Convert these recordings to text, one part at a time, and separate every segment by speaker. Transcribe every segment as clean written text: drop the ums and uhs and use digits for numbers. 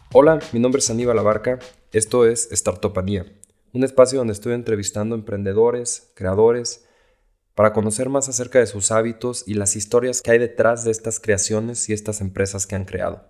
Speaker 1: Hola, mi nombre es Aníbal Abarca, esto es Startupanía, un espacio donde estoy entrevistando emprendedores, creadores, para conocer más acerca de sus hábitos y las historias que hay detrás de estas creaciones y estas empresas que han creado.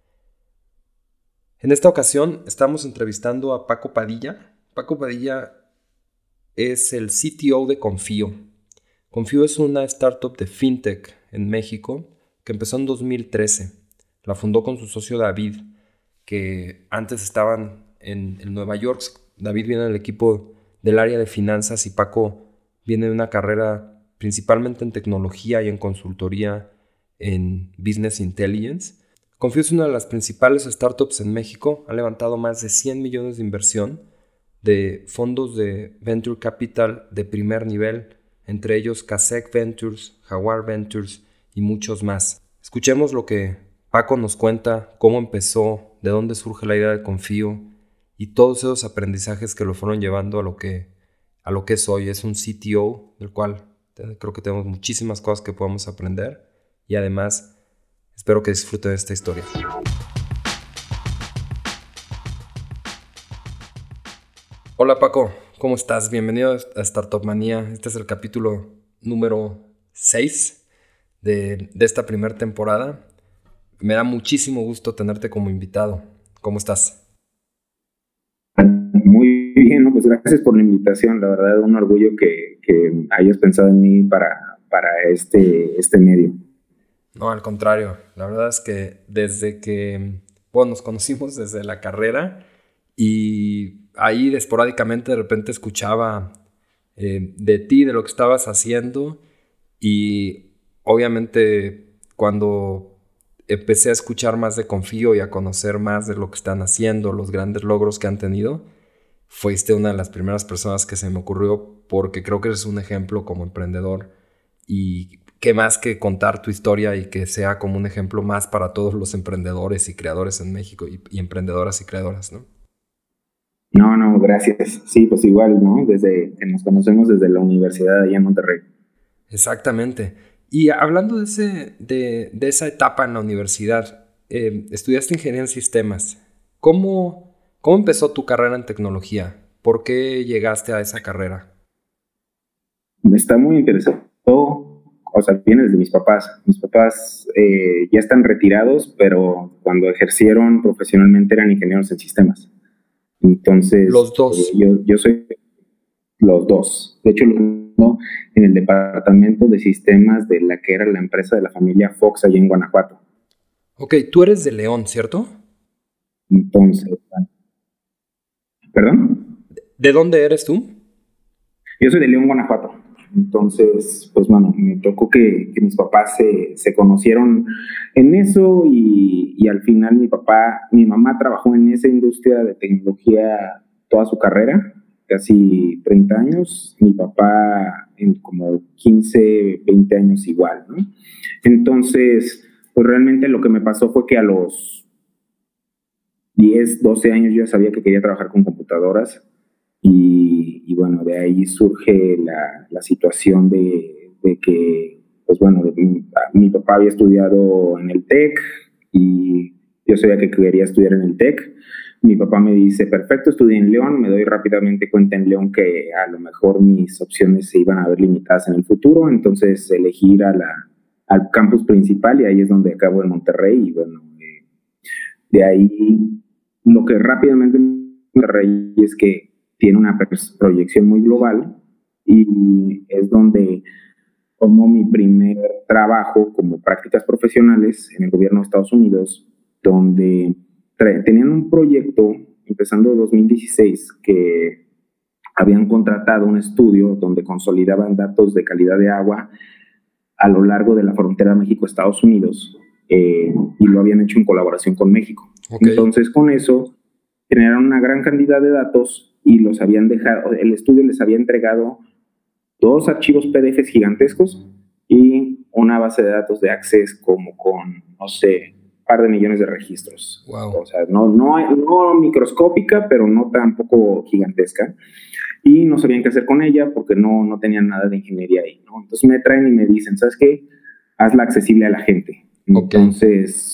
Speaker 1: En esta ocasión estamos entrevistando a Paco Padilla. Paco Padilla es el CTO de Confío. Confío es una startup de fintech en México que empezó en 2013. La fundó con su socio David, que antes estaban en Nueva York. David viene del equipo del área de finanzas y Paco viene de una carrera principalmente en tecnología y en consultoría en Business Intelligence. Confío es una de las principales startups en México. Ha levantado más de 100 millones de inversión de fondos de Venture Capital de primer nivel, entre ellos Kasek Ventures, Jaguar Ventures y muchos más. Escuchemos lo que Paco nos cuenta, cómo empezó, de dónde surge la idea de Confío y todos esos aprendizajes que lo fueron llevando a lo que es hoy. Es un CTO del cual creo que tenemos muchísimas cosas que podemos aprender y además espero que disfruten de esta historia. Hola Paco, ¿cómo estás? Bienvenido a Startup Manía. Este es el capítulo número 6 de esta primera temporada. Me da muchísimo gusto tenerte como invitado. ¿Cómo estás?
Speaker 2: Muy bien, ¿no? Pues gracias por la invitación. La verdad, un orgullo que hayas pensado en mí para este medio.
Speaker 1: No, al contrario. La verdad es que desde que nos conocimos desde la carrera y ahí esporádicamente de repente escuchaba de ti, de lo que estabas haciendo y obviamente cuando empecé a escuchar más de Confío y a conocer más de lo que están haciendo, los grandes logros que han tenido, fuiste una de las primeras personas que se me ocurrió porque creo que eres un ejemplo como emprendedor y qué más que contar tu historia y que sea como un ejemplo más para todos los emprendedores y creadores en México y emprendedoras y creadoras, ¿no?
Speaker 2: No, gracias. Sí, pues igual, ¿no? Desde que nos conocemos desde la universidad allá en Monterrey.
Speaker 1: Exactamente. Y hablando de esa etapa en la universidad, estudiaste ingeniería en sistemas. ¿Cómo empezó tu carrera en tecnología? ¿Por qué llegaste a esa carrera?
Speaker 2: Me está muy interesado. O sea, viene desde mis papás. Mis papás ya están retirados, pero cuando ejercieron profesionalmente eran ingenieros en sistemas.
Speaker 1: Los
Speaker 2: Entonces,
Speaker 1: dos.
Speaker 2: yo soy los dos. De hecho, ¿no? En el departamento de sistemas de la que era la empresa de la familia Fox allá en Guanajuato.
Speaker 1: Ok, tú eres de León, ¿cierto?
Speaker 2: Entonces, ¿perdón?
Speaker 1: ¿De dónde eres tú?
Speaker 2: Yo soy de León, Guanajuato. Entonces, pues bueno, me tocó que mis papás se conocieron en eso y al final mi mamá trabajó en esa industria de tecnología toda su carrera, casi 30 años, mi papá en como 15, 20 años igual, ¿no? Entonces, pues realmente lo que me pasó fue que a los 10, 12 años yo ya sabía que quería trabajar con computadoras y bueno, de ahí surge la situación de que, pues bueno, mi papá había estudiado en el TEC y yo sabía que quería estudiar en el TEC. Mi papá me dice, perfecto, estudié en León, me doy rápidamente cuenta en León que a lo mejor mis opciones se iban a ver limitadas en el futuro, entonces elegí ir al campus principal y ahí es donde acabo en Monterrey y bueno, de ahí lo que rápidamente me reí es que tiene una proyección muy global y es donde tomo mi primer trabajo como prácticas profesionales en el gobierno de Estados Unidos, donde tenían un proyecto empezando en 2016 que habían contratado un estudio donde consolidaban datos de calidad de agua a lo largo de la frontera México-Estados Unidos y lo habían hecho en colaboración con México.
Speaker 1: Okay.
Speaker 2: Entonces, con eso, generaron una gran cantidad de datos y los habían dejado, el estudio les había entregado 2 archivos PDFs gigantescos y una base de datos de Access como con, no sé, un par de millones de registros.
Speaker 1: Wow.
Speaker 2: O sea, no microscópica, pero no tampoco gigantesca. Y no sabían qué hacer con ella porque no tenían nada de ingeniería ahí, ¿no? Entonces me traen y me dicen, ¿sabes qué? Hazla accesible a la gente.
Speaker 1: Okay.
Speaker 2: Entonces,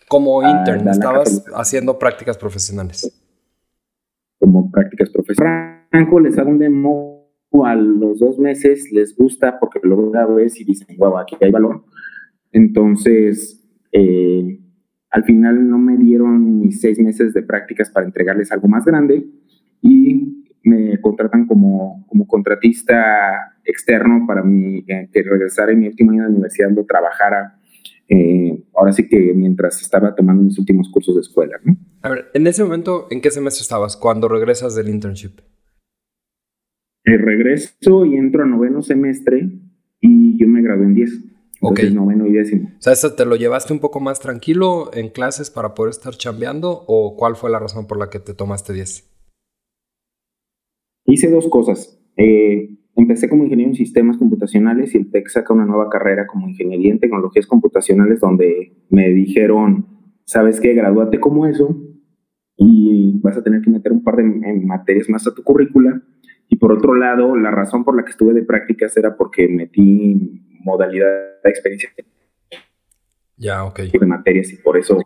Speaker 1: Como intern,
Speaker 2: dar la
Speaker 1: estabas
Speaker 2: casualidad
Speaker 1: haciendo prácticas profesionales.
Speaker 2: como prácticas profesionales. Franco, les hago un demo, a los 2 meses les gusta porque lo ves y dicen, wow, aquí hay valor. Entonces, al final no me dieron mis 6 meses de prácticas para entregarles algo más grande y me contratan como contratista externo para que regresara en mi último año de universidad, lo trabajara. Ahora sí que mientras estaba tomando mis últimos cursos de escuela, ¿no?
Speaker 1: A ver, en ese momento, ¿en qué semestre estabas cuando regresas del internship?
Speaker 2: Regreso y entro a 9º semestre y yo me gradué en 10. Entonces,
Speaker 1: Ok.
Speaker 2: 9º y 10º.
Speaker 1: O sea, ¿eso te lo llevaste un poco más tranquilo en clases para poder estar chambeando? ¿O cuál fue la razón por la que te tomaste 10?
Speaker 2: Hice 2 cosas. Empecé como ingeniero en sistemas computacionales y el TEC saca una nueva carrera como ingeniería en tecnologías computacionales donde me dijeron, ¿sabes qué? Gradúate como eso y vas a tener que meter un par de materias más a tu currícula. Y por otro lado, la razón por la que estuve de prácticas era porque metí modalidad de experiencia
Speaker 1: Ya, ok.
Speaker 2: de materias y por eso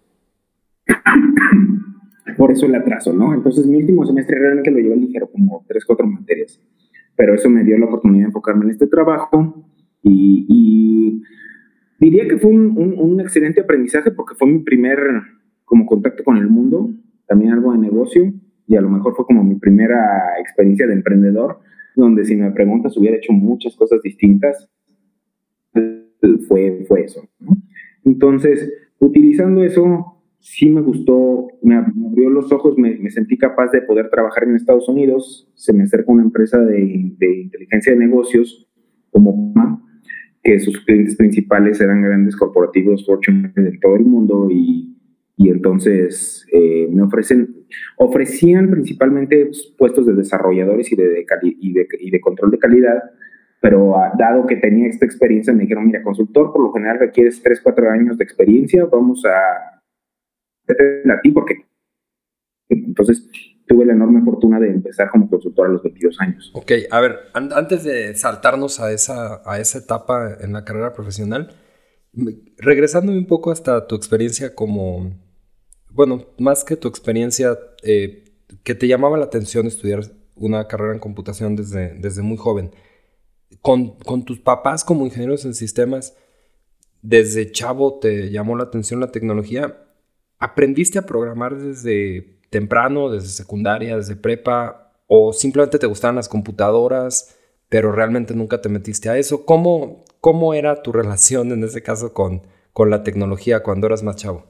Speaker 2: el atraso, ¿no? Entonces mi último semestre realmente lo llevé ligero, como 3, 4 materias. Pero eso me dio la oportunidad de enfocarme en este trabajo y diría que fue un excelente aprendizaje porque fue mi primer como contacto con el mundo, también algo de negocio y a lo mejor fue como mi primera experiencia de emprendedor, donde si me preguntas hubiera hecho muchas cosas distintas, fue eso, ¿no? Entonces, utilizando eso, sí me gustó, me abrió los ojos, me sentí capaz de poder trabajar en Estados Unidos. Se me acerca una empresa de inteligencia de negocios como Puma, que sus clientes principales eran grandes corporativos Fortune de todo el mundo y entonces me ofrecían principalmente puestos de desarrolladores y de control de calidad, pero dado que tenía esta experiencia me dijeron, mira, consultor por lo general requieres 3, 4 años de experiencia, vamos a ti porque entonces tuve la enorme fortuna de empezar como consultor a los 22 años.
Speaker 1: Ok, a ver, antes de saltarnos a esa etapa en la carrera profesional, regresándome un poco hasta tu experiencia como, bueno, más que tu experiencia, que te llamaba la atención estudiar una carrera en computación desde muy joven. Con tus papás como ingenieros en sistemas, desde chavo te llamó la atención la tecnología. ¿Aprendiste a programar desde temprano, desde secundaria, desde prepa? ¿O simplemente te gustaban las computadoras, pero realmente nunca te metiste a eso? ¿Cómo era tu relación en ese caso con la tecnología cuando eras más chavo?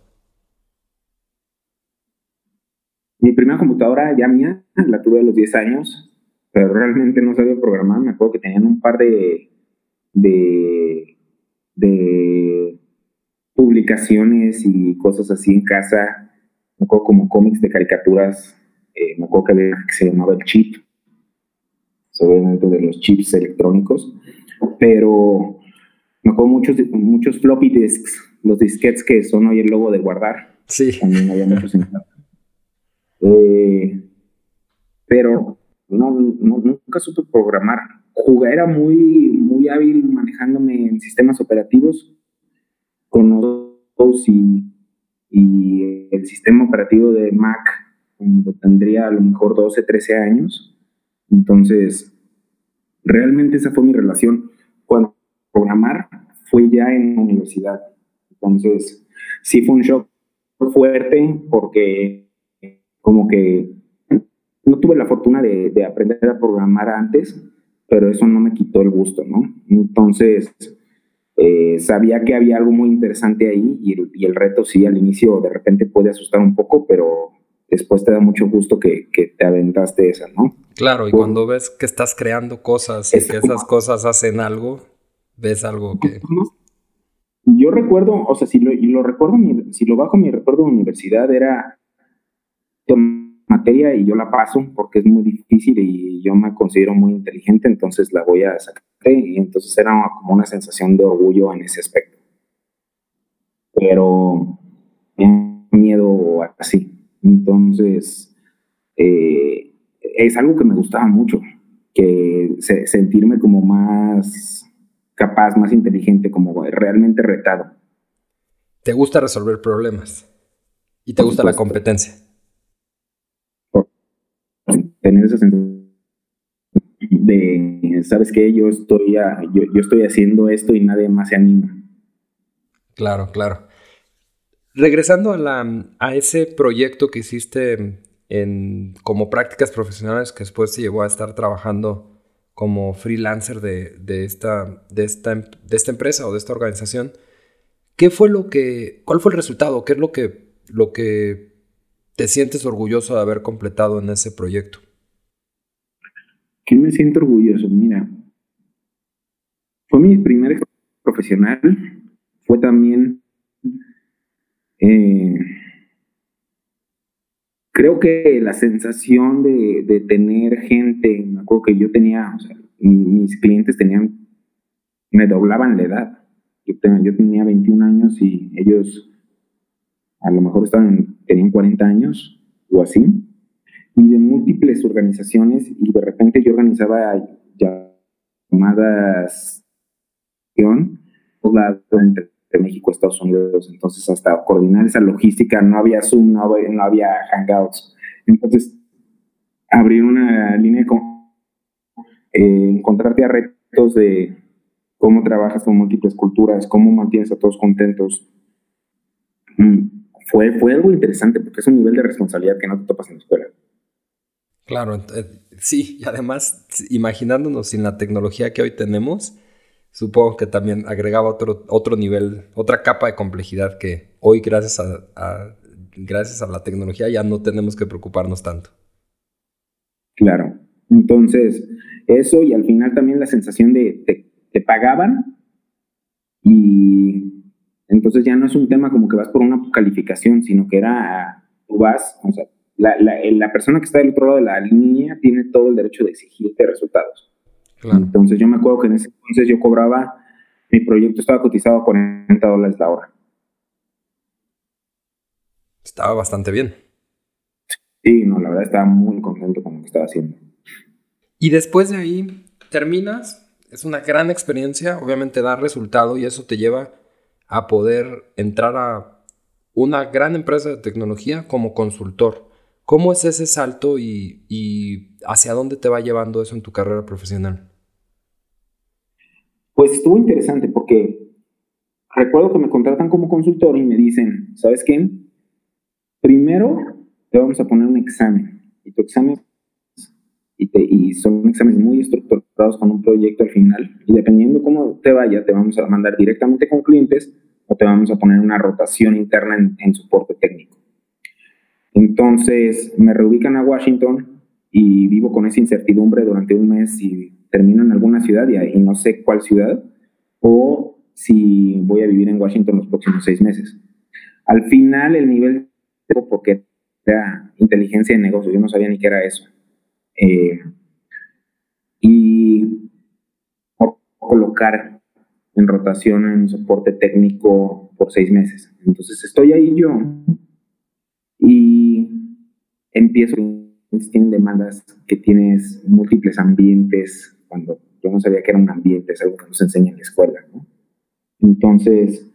Speaker 2: Mi primera computadora ya mía la tuve a los 10 años, pero realmente no sabía programar. Me acuerdo que tenían un par de, de publicaciones y cosas así en casa. Me acuerdo como cómics de caricaturas. Me acuerdo que había que se llamaba el chip, obviamente de los chips electrónicos, pero me acuerdo muchos floppy disks, los disquetes que son hoy el logo de guardar.
Speaker 1: Sí.
Speaker 2: También había muchos en casa. Pero nunca supe programar. Era muy hábil manejándome en sistemas operativos con OS y el sistema operativo de Mac, cuando tendría a lo mejor 12, 13 años. Entonces, realmente esa fue mi relación. Cuando programar fue ya en la universidad. Entonces, sí fue un shock fuerte porque como que no tuve la fortuna de aprender a programar antes, pero eso no me quitó el gusto, ¿no? Entonces, sabía que había algo muy interesante ahí y el reto sí al inicio de repente puede asustar un poco, pero después te da mucho gusto que te aventaste esa, ¿no?
Speaker 1: Claro, y cuando ves que estás creando cosas y que esas cosas hacen algo, ves algo que...
Speaker 2: Yo recuerdo, o sea, si lo bajo mi recuerdo de universidad era materia y yo la paso porque es muy difícil y yo me considero muy inteligente, entonces la voy a sacar y entonces era como una sensación de orgullo en ese aspecto. Pero miedo así. Entonces, es algo que me gustaba mucho, que sentirme como más capaz, más inteligente, como realmente retado.
Speaker 1: ¿Te gusta resolver problemas? ¿Y te
Speaker 2: por
Speaker 1: gusta la
Speaker 2: supuesto,
Speaker 1: competencia?
Speaker 2: por tener esa sensación de, ¿sabes qué? Yo estoy haciendo esto y nadie más se anima.
Speaker 1: Claro, claro. Regresando a ese proyecto que hiciste como prácticas profesionales que después te llevó a estar trabajando como freelancer de esta empresa o de esta organización, ¿cuál fue el resultado? ¿Qué es lo que te sientes orgulloso de haber completado en ese proyecto?
Speaker 2: ¿Qué me siento orgulloso? Mira, fue mi primer experiencia profesional, fue también, eh, creo que la sensación de tener gente, me acuerdo que yo tenía, o sea, mis clientes me doblaban la edad. Yo tenía 21 años y ellos a lo mejor tenían 40 años o así, y de múltiples organizaciones, y de repente yo organizaba llamadas entre México y Estados Unidos. Entonces, hasta coordinar esa logística, no había Zoom, no había Hangouts. Entonces, abrir una línea con encontrarte a retos de cómo trabajas con múltiples culturas, cómo mantienes a todos contentos. Fue algo interesante porque es un nivel de responsabilidad que no te topas en la escuela.
Speaker 1: Claro, sí, y además, imaginándonos sin la tecnología que hoy tenemos, supongo que también agregaba otro nivel, otra capa de complejidad que hoy, gracias a la tecnología, ya no tenemos que preocuparnos tanto.
Speaker 2: Claro. Entonces, eso y al final también la sensación de te pagaban y entonces ya no es un tema como que vas por una calificación, sino que tú vas, o sea, la persona que está del otro lado de la línea tiene todo el derecho de exigirte resultados.
Speaker 1: Claro,
Speaker 2: Entonces yo me acuerdo que en ese entonces yo cobraba, mi proyecto estaba cotizado a $40 la hora.
Speaker 1: estaba bastante bien.
Speaker 2: Sí, no, la verdad estaba muy contento con lo que estaba haciendo.
Speaker 1: Y después de ahí terminas, es una gran experiencia, obviamente da resultado y eso te lleva a poder entrar a una gran empresa de tecnología como consultor. ¿Cómo es ese salto y hacia dónde te va llevando eso en tu carrera profesional?
Speaker 2: Pues estuvo interesante porque recuerdo que me contratan como consultor y me dicen, ¿sabes qué? Primero te vamos a poner un examen y tu examen y son exámenes muy estructurados con un proyecto al final y dependiendo cómo te vaya te vamos a mandar directamente con clientes o te vamos a poner una rotación interna en soporte técnico. Entonces me reubican a Washington y vivo con esa incertidumbre durante un mes si termino en alguna ciudad y no sé cuál ciudad o si voy a vivir en Washington los próximos 6 meses. Al final el nivel, porque era inteligencia de negocio, yo no sabía ni qué era eso. Eh, y por colocar en rotación en soporte técnico por 6 meses. Entonces estoy ahí yo y empiezo, tienen demandas que tienes múltiples ambientes, cuando yo no sabía que era un ambiente, es algo que nos enseña en la escuela, ¿no? Entonces,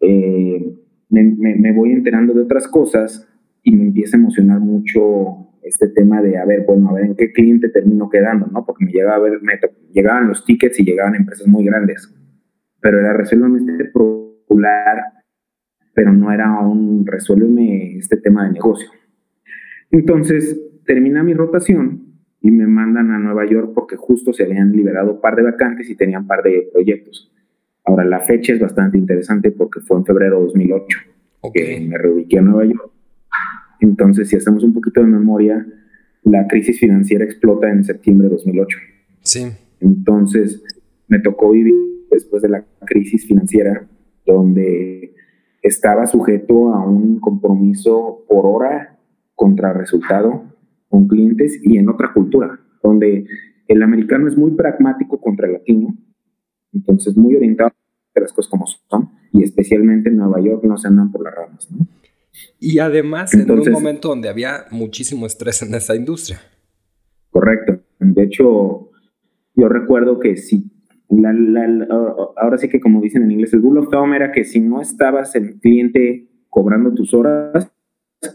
Speaker 2: me voy enterando de otras cosas y me empieza a emocionar mucho este tema de, bueno, a ver en qué cliente termino quedando, ¿no? Porque llegaban los tickets y llegaban empresas muy grandes, pero era resuélveme este popular, pero no era resuélveme este tema de negocio. Entonces, termina mi rotación y me mandan a Nueva York porque justo se habían liberado un par de vacantes y tenían un par de proyectos. Ahora, la fecha es bastante interesante porque fue en febrero de 2008 que
Speaker 1: Ok.
Speaker 2: me reubiqué a Nueva York. Entonces, si hacemos un poquito de memoria, la crisis financiera explota en septiembre de 2008.
Speaker 1: Sí,
Speaker 2: Entonces, me tocó vivir después de la crisis financiera, donde estaba sujeto a un compromiso por hora contra resultado con clientes y en otra cultura, donde el americano es muy pragmático contra el latino, entonces muy orientado a las cosas como son, y especialmente en Nueva York no se andan por las ramas, ¿no?
Speaker 1: y además en un
Speaker 2: Entonces,
Speaker 1: momento donde había muchísimo estrés en esa industria.
Speaker 2: correcto. De hecho, yo recuerdo que si, ahora sí que como dicen en inglés, el rule of thumb era que si no estabas el cliente cobrando tus horas,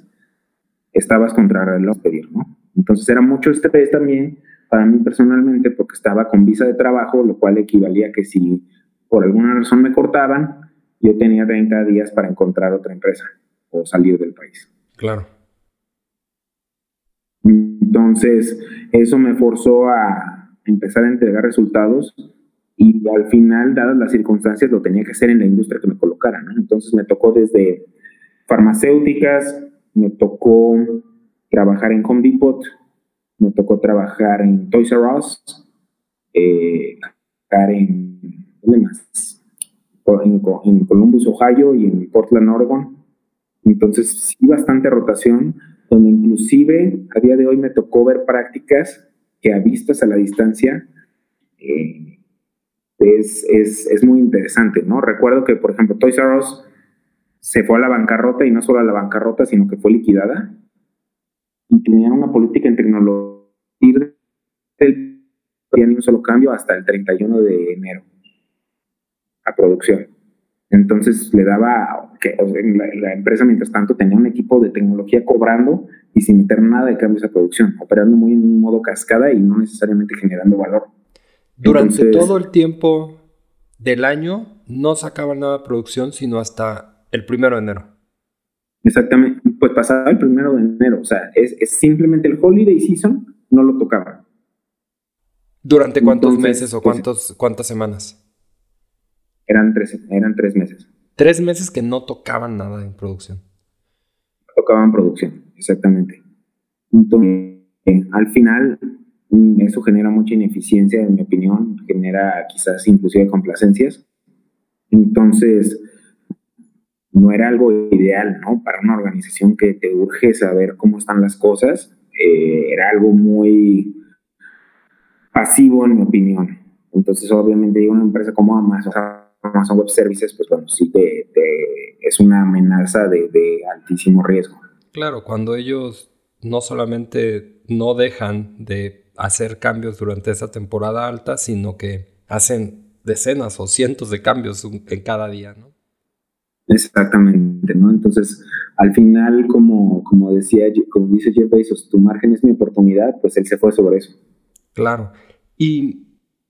Speaker 2: estabas contra reloj pedir, ¿no? Entonces era mucho estrés también para mí personalmente porque estaba con visa de trabajo, lo cual equivalía a que si por alguna razón me cortaban, yo tenía 30 días para encontrar otra empresa o salir del país.
Speaker 1: Claro.
Speaker 2: Entonces, eso me forzó a empezar a entregar resultados y al final, dadas las circunstancias, lo tenía que hacer en la industria que me colocara, ¿no? Entonces me tocó desde farmacéuticas, me tocó trabajar en Home Depot, me tocó trabajar en Toys R Us, trabajar ¿dónde más? En Columbus, Ohio y en Portland, Oregon. Entonces, sí, bastante rotación, donde inclusive a día de hoy me tocó ver prácticas que a vistas a la distancia es muy interesante, ¿no? Recuerdo que, por ejemplo, Toys R Us se fue a la bancarrota y no solo a la bancarrota, sino que fue liquidada y tenían una política en tecnología no ni un solo cambio hasta el 31 de enero a producción. Entonces le daba que la empresa mientras tanto tenía un equipo de tecnología cobrando y sin meter nada de cambios a producción, operando muy en un modo cascada y no necesariamente generando valor.
Speaker 1: Durante todo el tiempo del año no sacaban nada de producción sino hasta el 1 de enero.
Speaker 2: Exactamente, pues pasaba el 1 de enero, o sea, es simplemente el holiday season, no lo tocaban.
Speaker 1: ¿Durante cuántos meses o cuántas semanas?
Speaker 2: Eran 3 meses.
Speaker 1: 3 meses que no tocaban nada en producción.
Speaker 2: Tocaban producción, exactamente. Entonces, al final, eso genera mucha ineficiencia, en mi opinión, genera quizás inclusive complacencias. Entonces, no era algo ideal, ¿no? Para una organización que te urge saber cómo están las cosas, era algo muy pasivo, en mi opinión. Entonces, obviamente, una empresa como Amazon Web Services, pues bueno, sí es una amenaza de altísimo riesgo.
Speaker 1: Claro, cuando ellos no solamente no dejan de hacer cambios durante esa temporada alta, sino que hacen decenas o cientos de cambios en cada día, ¿no?
Speaker 2: Exactamente, ¿no? Entonces, al final, como dice Jeff Bezos, tu margen es mi oportunidad, pues él se fue sobre eso.
Speaker 1: Claro. Y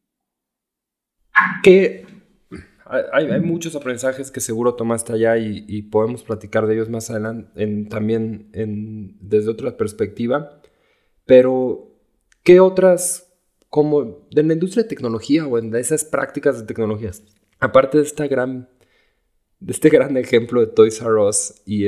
Speaker 1: que hay muchos aprendizajes que seguro tomaste allá y podemos platicar de ellos más adelante, también desde otra perspectiva. Pero, ¿qué otras, como de la industria de tecnología o en esas prácticas de tecnologías, aparte de este gran ejemplo de Toys R Us y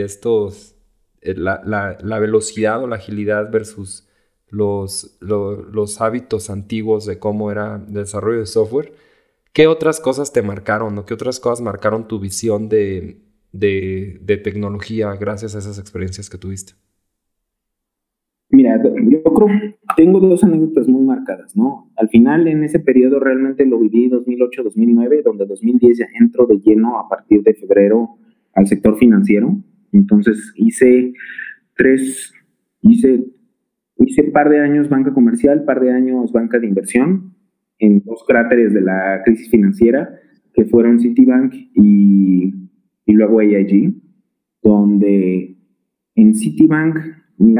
Speaker 1: la velocidad o la agilidad versus los hábitos antiguos de cómo era el desarrollo de software, ¿qué otras cosas te marcaron o qué otras cosas marcaron tu visión de tecnología gracias a esas experiencias que tuviste?
Speaker 2: Mira, yo creo que tengo 2 anécdotas muy marcadas, ¿no? Al final, en ese periodo realmente lo viví 2008-2009, donde 2010 ya entro de lleno a partir de febrero al sector financiero. Entonces hice par de años banca comercial, par de años banca de inversión, en 2 cráteres de la crisis financiera, que fueron Citibank y luego AIG, donde en Citibank mi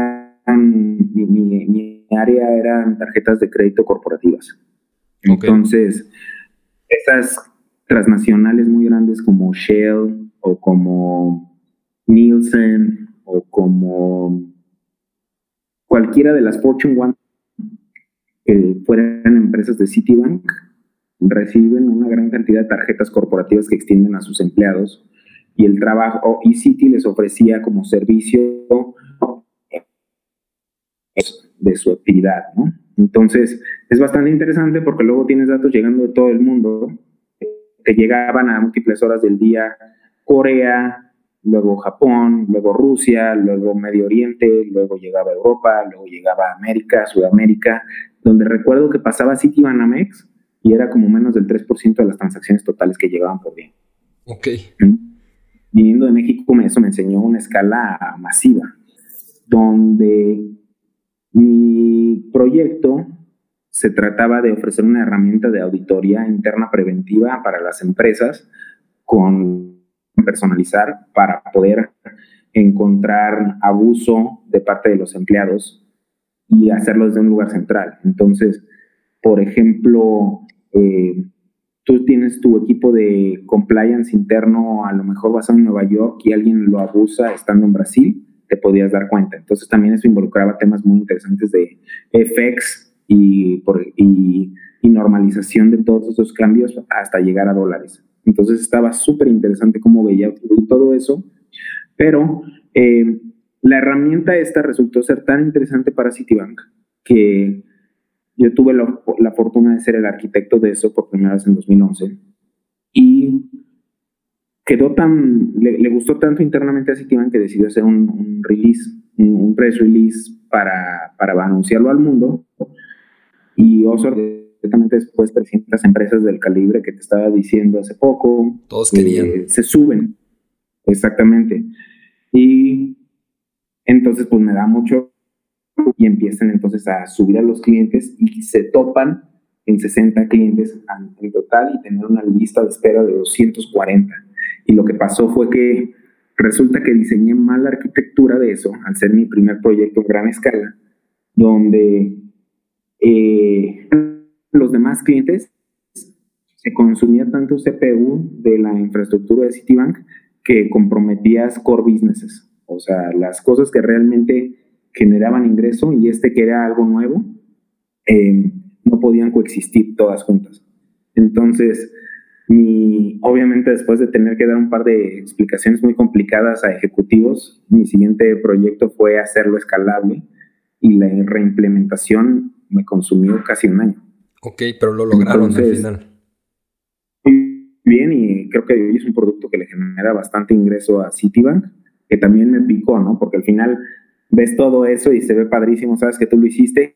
Speaker 2: área eran tarjetas de crédito corporativas. Okay. Entonces, esas transnacionales muy grandes como Shell o como Nielsen o como cualquiera de las Fortune 100 que fueran empresas de Citibank reciben una gran cantidad de tarjetas corporativas que extienden a sus empleados y el trabajo, y Citi les ofrecía como servicio de su actividad, ¿no? Entonces, es bastante interesante porque luego tienes datos llegando de todo el mundo que llegaban a múltiples horas del día, Corea, luego Japón, luego Rusia, luego Medio Oriente, luego llegaba Europa, luego llegaba América, Sudamérica, donde recuerdo que pasaba Citibanamex y era como menos del 3% de las transacciones totales que llegaban por día.
Speaker 1: Ok.
Speaker 2: Viniendo de México, eso me enseñó una escala masiva, donde mi proyecto se trataba de ofrecer una herramienta de auditoría interna preventiva para las empresas con personalizar para poder encontrar abuso de parte de los empleados y hacerlo desde un lugar central. Entonces, por ejemplo, tú tienes tu equipo de compliance interno, a lo mejor basado en Nueva York, y alguien lo abusa estando en Brasil, te podías dar cuenta. Entonces también eso involucraba temas muy interesantes de FX y normalización de todos esos cambios hasta llegar a dólares. Entonces estaba súper interesante cómo veía todo eso, pero la herramienta esta resultó ser tan interesante para Citibank que yo tuve la fortuna de ser el arquitecto de eso por primera vez en 2011 y le gustó tanto internamente a Citibank que decidió hacer un release, un press release para anunciarlo al mundo. Y directamente después 300 empresas del calibre que te estaba diciendo hace poco,
Speaker 1: todos querían,
Speaker 2: se suben, exactamente. Y entonces pues me da mucho y empiezan entonces a subir a los clientes y se topan en 60 clientes en total y tener una lista de espera de 240. Y lo que pasó fue que resulta que diseñé mal la arquitectura de eso, al ser mi primer proyecto en gran escala, donde los demás clientes se consumía tanto CPU de la infraestructura de Citibank que comprometías core businesses, o sea, las cosas que realmente generaban ingreso y que era algo nuevo, no podían coexistir todas juntas. Entonces, obviamente después de tener que dar un par de explicaciones muy complicadas a ejecutivos, mi siguiente proyecto fue hacerlo escalable y la reimplementación me consumió casi un año.
Speaker 1: Ok, pero lo lograron. Entonces, al final.
Speaker 2: Bien, y creo que hoy es un producto que le genera bastante ingreso a Citibank, que también me picó, ¿no? Porque al final ves todo eso y se ve padrísimo, sabes que tú lo hiciste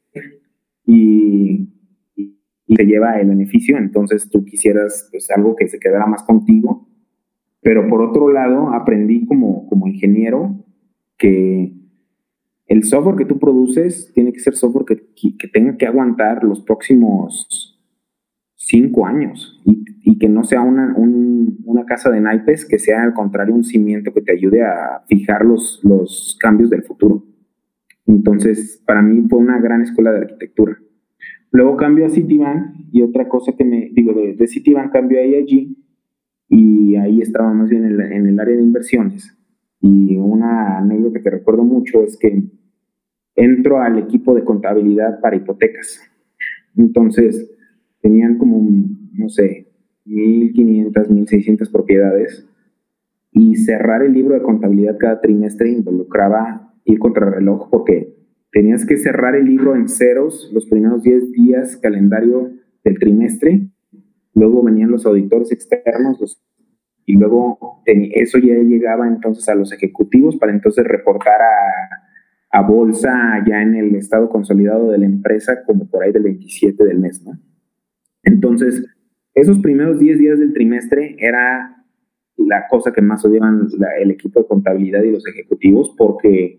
Speaker 2: y te lleva el beneficio, entonces tú quisieras pues, algo que se quedara más contigo. Pero por otro lado, aprendí como ingeniero que el software que tú produces tiene que ser software que tenga que aguantar los próximos 5 años y que no sea una casa de naipes, que sea al contrario un cimiento que te ayude a fijar los cambios del futuro. Entonces, para mí fue una gran escuela de arquitectura. Luego cambio a Citibank y otra cosa de Citibank cambio a AIG y ahí estaba más bien en el área de inversiones. Y una anécdota que recuerdo mucho es que entro al equipo de contabilidad para hipotecas. Entonces, tenían como, no sé, 1,500, 1,600 propiedades y cerrar el libro de contabilidad cada trimestre involucraba ir contra reloj porque tenías que cerrar el libro en ceros los primeros 10 días calendario del trimestre, luego venían los auditores externos y luego eso ya llegaba entonces a los ejecutivos para entonces reportar a bolsa ya en el estado consolidado de la empresa como por ahí del 27 del mes, ¿no? Entonces, esos primeros 10 días del trimestre era la cosa que más odiaban el equipo de contabilidad y los ejecutivos porque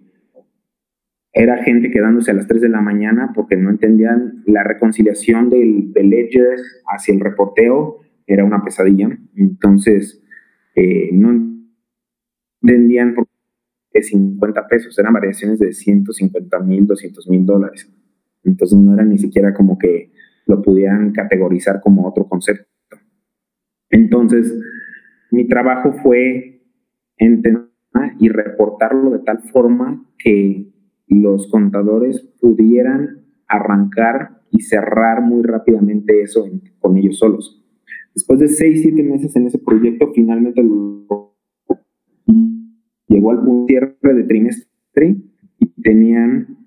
Speaker 2: era gente quedándose a las 3 de la mañana porque no entendían la reconciliación del ledger hacia el reporteo, era una pesadilla. Entonces, no entendían por qué 50 pesos, eran variaciones de 150,000, 200,000 dólares. Entonces, no era ni siquiera como que lo pudieran categorizar como otro concepto. Entonces, mi trabajo fue entender y reportarlo de tal forma que los contadores pudieran arrancar y cerrar muy rápidamente eso con ellos solos. Después de 6-7 meses en ese proyecto, finalmente llegó al cierre de trimestre y tenían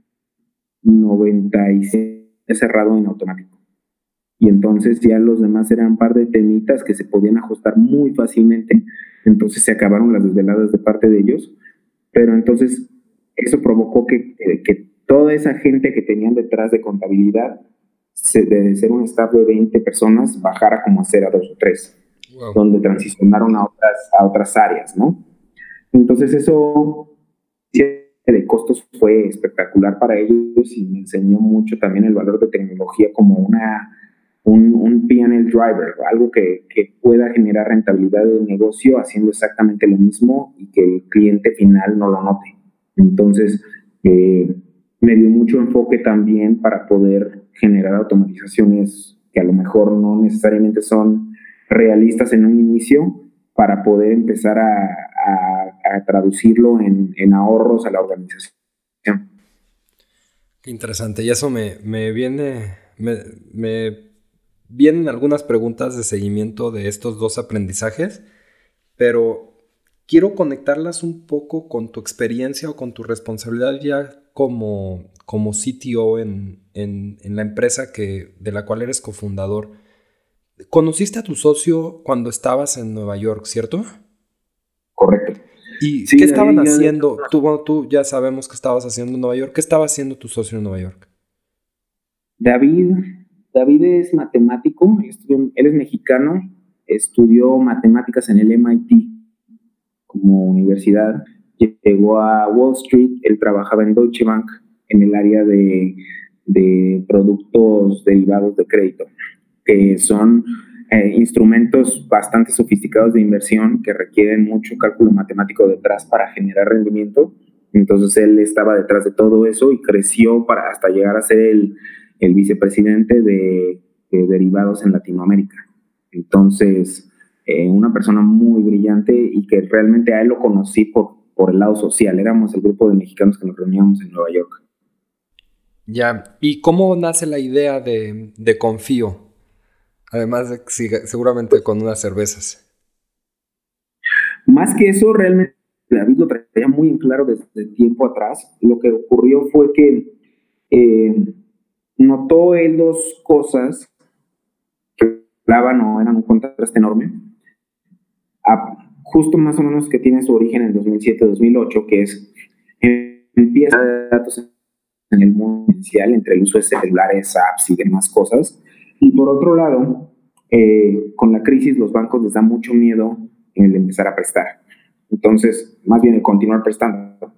Speaker 2: 96 cerrado en automático. Y entonces ya los demás eran un par de temitas que se podían ajustar muy fácilmente. Entonces se acabaron las desveladas de parte de ellos. Pero entonces eso provocó que toda esa gente que tenían detrás de contabilidad, de ser un staff de 20 personas, bajara como a ser a 2 o 3. Wow. Donde transicionaron a otras áreas, ¿no? Entonces eso de costos fue espectacular para ellos y me enseñó mucho también el valor de tecnología como un P&L driver, algo que pueda generar rentabilidad de negocio haciendo exactamente lo mismo y que el cliente final no lo note. Entonces, Eh, Me dio mucho enfoque también para poder generar automatizaciones que a lo mejor no necesariamente son realistas en un inicio, para poder empezar a traducirlo en ahorros a la organización.
Speaker 1: Qué interesante. Y eso me vienen algunas preguntas de seguimiento de estos dos aprendizajes, pero quiero conectarlas un poco con tu experiencia o con tu responsabilidad ya como CTO en la empresa de la cual eres cofundador. Conociste a tu socio cuando estabas en Nueva York, ¿cierto?
Speaker 2: Correcto.
Speaker 1: ¿Y
Speaker 2: Sí,
Speaker 1: qué estaban haciendo? Tú ya sabemos que estabas haciendo en Nueva York. ¿Qué estaba haciendo tu socio en Nueva York?
Speaker 2: David, David es matemático, él es mexicano, estudió matemáticas en el MIT como universidad, llegó a Wall Street, él trabajaba en Deutsche Bank en el área de productos derivados de crédito, que son instrumentos bastante sofisticados de inversión que requieren mucho cálculo matemático detrás para generar rendimiento. Entonces él estaba detrás de todo eso y creció hasta llegar a ser el vicepresidente de derivados en Latinoamérica. Entonces, una persona muy brillante y que realmente a él lo conocí por el lado social. Éramos el grupo de mexicanos que nos reuníamos en Nueva York.
Speaker 1: Ya. ¿Y cómo nace la idea de Confío? Además de seguramente con unas cervezas.
Speaker 2: Más que eso, realmente David lo traía muy en claro desde tiempo atrás. Lo que ocurrió fue que notó él dos cosas que hablaban o eran un contraste enorme. Justo más o menos que tiene su origen en 2007-2008, que es empieza de datos en el mundo inicial entre el uso de celulares, apps y demás cosas. Y por otro lado, con la crisis los bancos les da mucho miedo el empezar a prestar. Entonces, más bien el continuar prestando.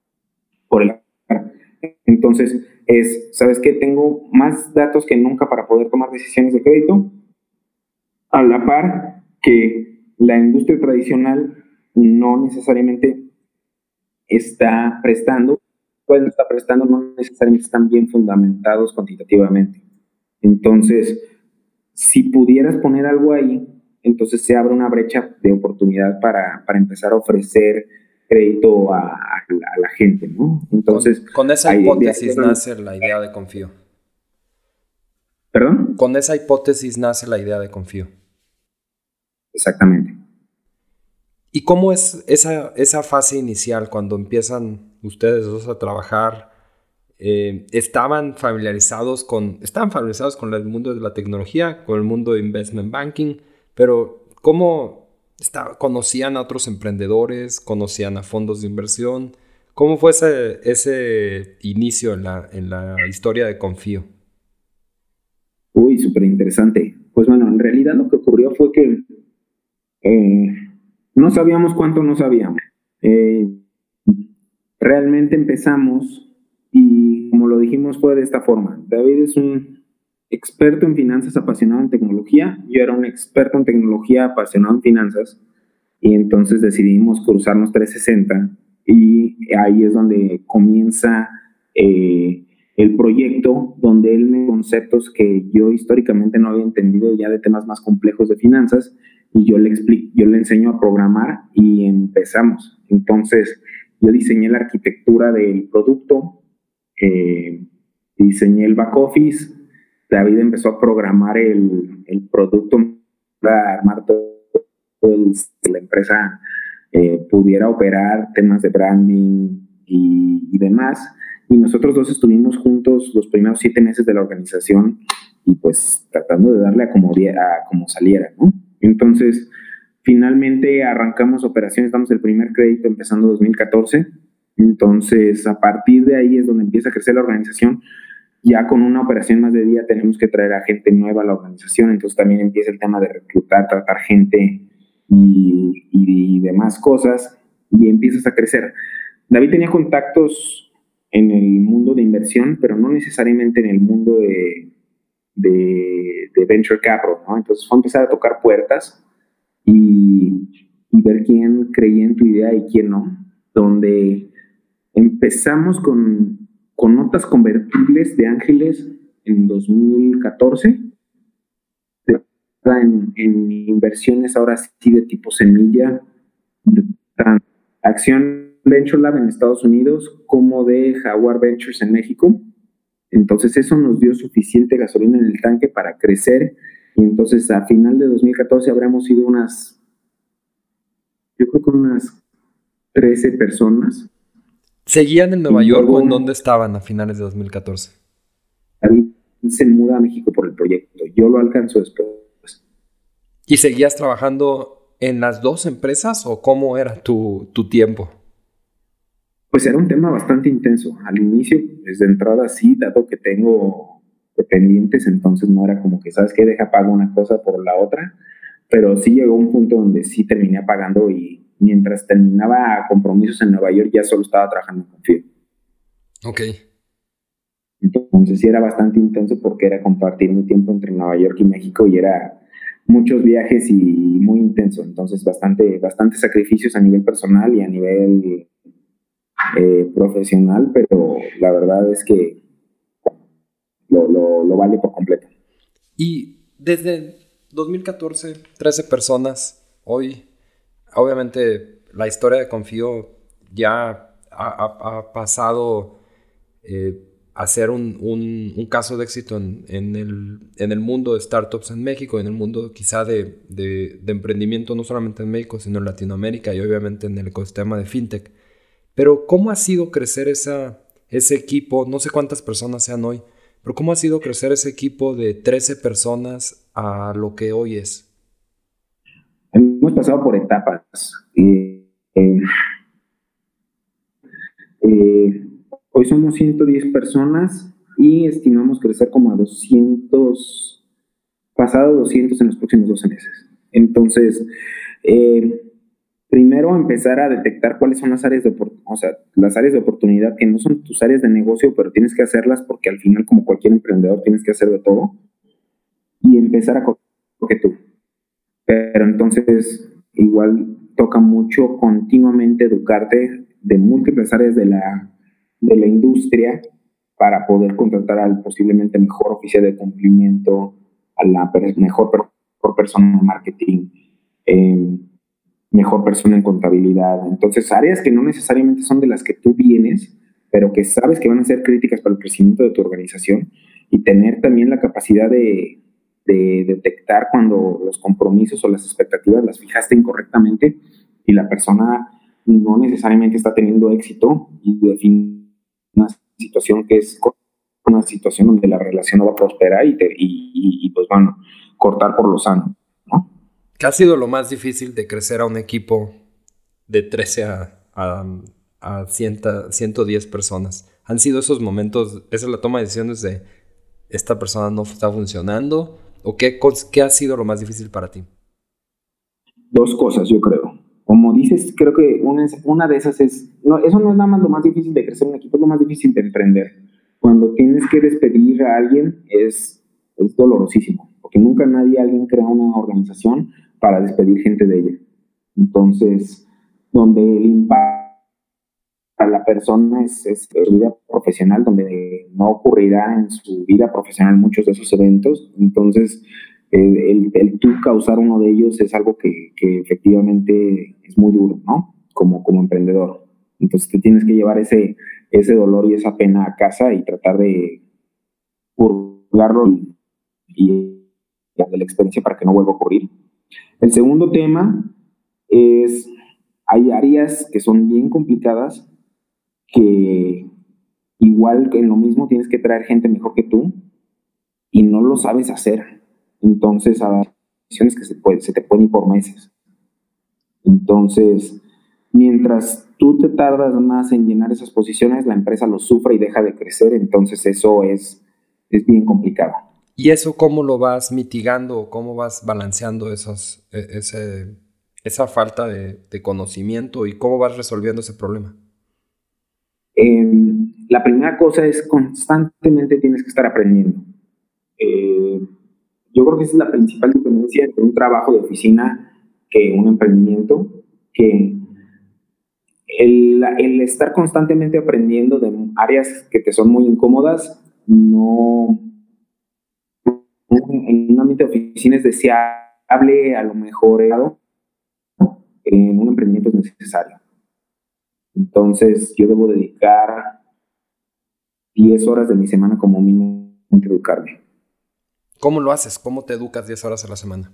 Speaker 2: Entonces, ¿sabes qué? Tengo más datos que nunca para poder tomar decisiones de crédito, a la par que la industria tradicional no necesariamente está prestando, pues no está prestando, no necesariamente están bien fundamentados cuantitativamente. Entonces, si pudieras poner algo ahí, entonces se abre una brecha de oportunidad para empezar a ofrecer crédito a la gente, ¿no? Entonces,
Speaker 1: con esa hipótesis nace la idea de Confío.
Speaker 2: ¿Perdón?
Speaker 1: Con esa hipótesis nace la idea de Confío.
Speaker 2: Exactamente.
Speaker 1: ¿Y cómo es esa fase inicial cuando empiezan ustedes dos a trabajar? ¿Estaban familiarizados con el mundo de la tecnología, con el mundo de investment banking? Pero ¿cómo conocían a otros emprendedores? ¿Conocían a fondos de inversión? ¿Cómo fue ese inicio en la historia de Confío?
Speaker 2: Uy, súper interesante. Pues bueno, en realidad lo que ocurrió fue que no sabíamos cuánto no sabíamos. Realmente empezamos y como lo dijimos fue de esta forma. David es un experto en finanzas apasionado en tecnología. Yo era un experto en tecnología apasionado en finanzas y entonces decidimos cruzarnos 360 y ahí es donde comienza el proyecto, donde él me conceptos que yo históricamente no había entendido ya de temas más complejos de finanzas y yo le enseño a programar y empezamos. Entonces yo diseñé la arquitectura del producto, diseñé el back office, David empezó a programar el producto para armar todo la empresa pudiera operar temas de branding y demás. Y nosotros dos estuvimos juntos los primeros 7 meses de la organización y pues tratando de darle a como saliera, ¿no? Entonces, finalmente arrancamos operaciones, damos el primer crédito empezando 2014. Entonces, a partir de ahí es donde empieza a crecer la organización. Ya con una operación más de día tenemos que traer a gente nueva a la organización, entonces también empieza el tema de reclutar, tratar gente y demás cosas, y empiezas a crecer. David tenía contactos en el mundo de inversión, pero no necesariamente en el mundo de venture capital, ¿no? Entonces fue empezar a tocar puertas y ver quién creía en tu idea y quién no, donde Empezamos con notas convertibles de ángeles en 2014, en inversiones ahora sí de tipo semilla, de Acción Venture Lab en Estados Unidos como de Jaguar Ventures en México. Entonces eso nos dio suficiente gasolina en el tanque para crecer, y entonces a final de 2014 habremos sido yo creo que unas 13 personas.
Speaker 1: ¿Seguían en Nueva York o en dónde estaban a finales de 2014?
Speaker 2: David se muda a México por el proyecto, yo lo alcanzo después.
Speaker 1: ¿Y seguías trabajando en las dos empresas o cómo era tu tiempo?
Speaker 2: Pues era un tema bastante intenso. Al inicio, desde entrada sí, dado que tengo dependientes, entonces no era como que, ¿sabes qué? Deja pago una cosa por la otra. Pero sí llegó un punto donde sí terminé pagando, y mientras terminaba compromisos en Nueva York ya solo estaba trabajando en Confío.
Speaker 1: Ok.
Speaker 2: Entonces sí era bastante intenso porque era compartir mi tiempo entre Nueva York y México, y era muchos viajes y muy intenso. Entonces bastante sacrificios a nivel personal y a nivel profesional, pero la verdad es que lo vale por completo.
Speaker 1: Y desde 2014, 13 personas. Hoy, obviamente, la historia de Confío ya ha pasado a ser un caso de éxito en el mundo de startups en México, en el mundo quizá de emprendimiento, no solamente en México, sino en Latinoamérica y obviamente en el ecosistema de fintech. Pero ¿cómo ha sido crecer ese equipo? No sé cuántas personas sean hoy, pero ¿cómo ha sido crecer ese equipo de 13 personas a lo que hoy es?
Speaker 2: Hemos pasado por etapas. Hoy somos 110 personas y estimamos crecer como a 200, pasado 200 en los próximos 12 meses. Entonces, primero empezar a detectar cuáles son las áreas las áreas de oportunidad que no son tus áreas de negocio, pero tienes que hacerlas porque al final, como cualquier emprendedor, tienes que hacer de todo, y empezar a que tú. Pero entonces igual toca mucho continuamente educarte de múltiples áreas de la industria para poder contratar al posiblemente mejor oficial de cumplimiento, a la mejor persona de marketing, mejor persona en contabilidad. Entonces, áreas que no necesariamente son de las que tú vienes, pero que sabes que van a ser críticas para el crecimiento de tu organización, y tener también la capacidad de detectar cuando los compromisos o las expectativas las fijaste incorrectamente y la persona no necesariamente está teniendo éxito, y definir una situación que es una situación donde la relación no va a prosperar y pues van a cortar por lo sano, ¿no?
Speaker 1: ¿Qué ha sido lo más difícil de crecer a un equipo de 13 a 110 personas? ¿Han sido esos momentos, esa es la toma de decisiones de esta persona no está funcionando? ¿O qué ha sido lo más difícil para ti?
Speaker 2: Dos cosas, yo creo. Como dices, creo que una de esas es, no, eso no es nada más lo más difícil de crecer un equipo, es lo más difícil de emprender. Cuando tienes que despedir a alguien es dolorosísimo, porque nunca alguien crea una organización para despedir gente de ella. Entonces, donde el impacto a la persona es su vida profesional, donde no ocurrirá en su vida profesional muchos de esos eventos. Entonces, el tú causar uno de ellos es algo que efectivamente es muy duro, ¿no? Como emprendedor. Entonces, te tienes que llevar ese dolor y esa pena a casa y tratar de purgarlo y de la experiencia para que no vuelva a ocurrir. El segundo tema es, hay áreas que son bien complicadas, que igual que en lo mismo tienes que traer gente mejor que tú y no lo sabes hacer. Entonces, hay decisiones que se te pueden ir por meses. Entonces, mientras tú te tardas más en llenar esas posiciones, la empresa lo sufre y deja de crecer. Entonces, eso es bien complicado.
Speaker 1: ¿Y eso cómo lo vas mitigando? ¿Cómo vas balanceando esa falta de conocimiento y cómo vas resolviendo ese problema?
Speaker 2: La primera cosa es constantemente tienes que estar aprendiendo. Yo creo que esa es la principal diferencia entre un trabajo de oficina que un emprendimiento, que el estar constantemente aprendiendo de áreas que te son muy incómodas, no, en un ambiente de oficina es deseable, a lo mejor en un emprendimiento es necesario. Entonces, yo debo dedicar 10 horas de mi semana como mínimo a educarme.
Speaker 1: ¿Cómo lo haces? ¿Cómo te educas 10 horas a la semana?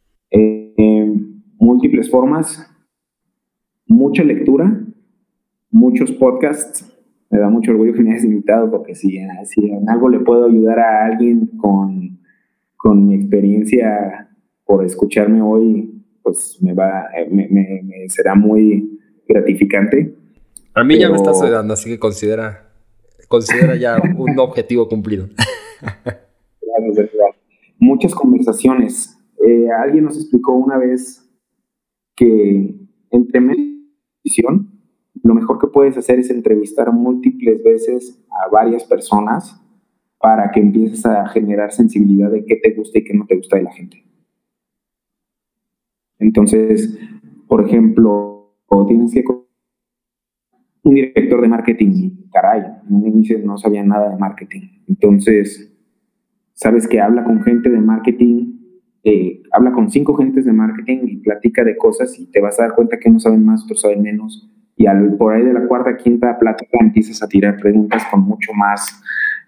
Speaker 2: Múltiples formas, mucha lectura, muchos podcasts. Me da mucho orgullo que me hayas invitado porque si en algo le puedo ayudar a alguien con mi experiencia por escucharme hoy, pues me será muy gratificante.
Speaker 1: A mí ya me estás ayudando, así que considera ya un objetivo cumplido.
Speaker 2: Claro. Muchas conversaciones. Alguien nos explicó una vez que entre medición, lo mejor que puedes hacer es entrevistar múltiples veces a varias personas para que empieces a generar sensibilidad de qué te gusta y qué no te gusta de la gente. Entonces, por ejemplo, tienes que un director de marketing y caray, en un inicio no sabía nada de marketing. Entonces, sabes que habla con gente de marketing, habla con 5 gentes de marketing y platica de cosas y te vas a dar cuenta que unos saben más, otros saben menos. Y por ahí de la cuarta, quinta plática empiezas a tirar preguntas con mucho más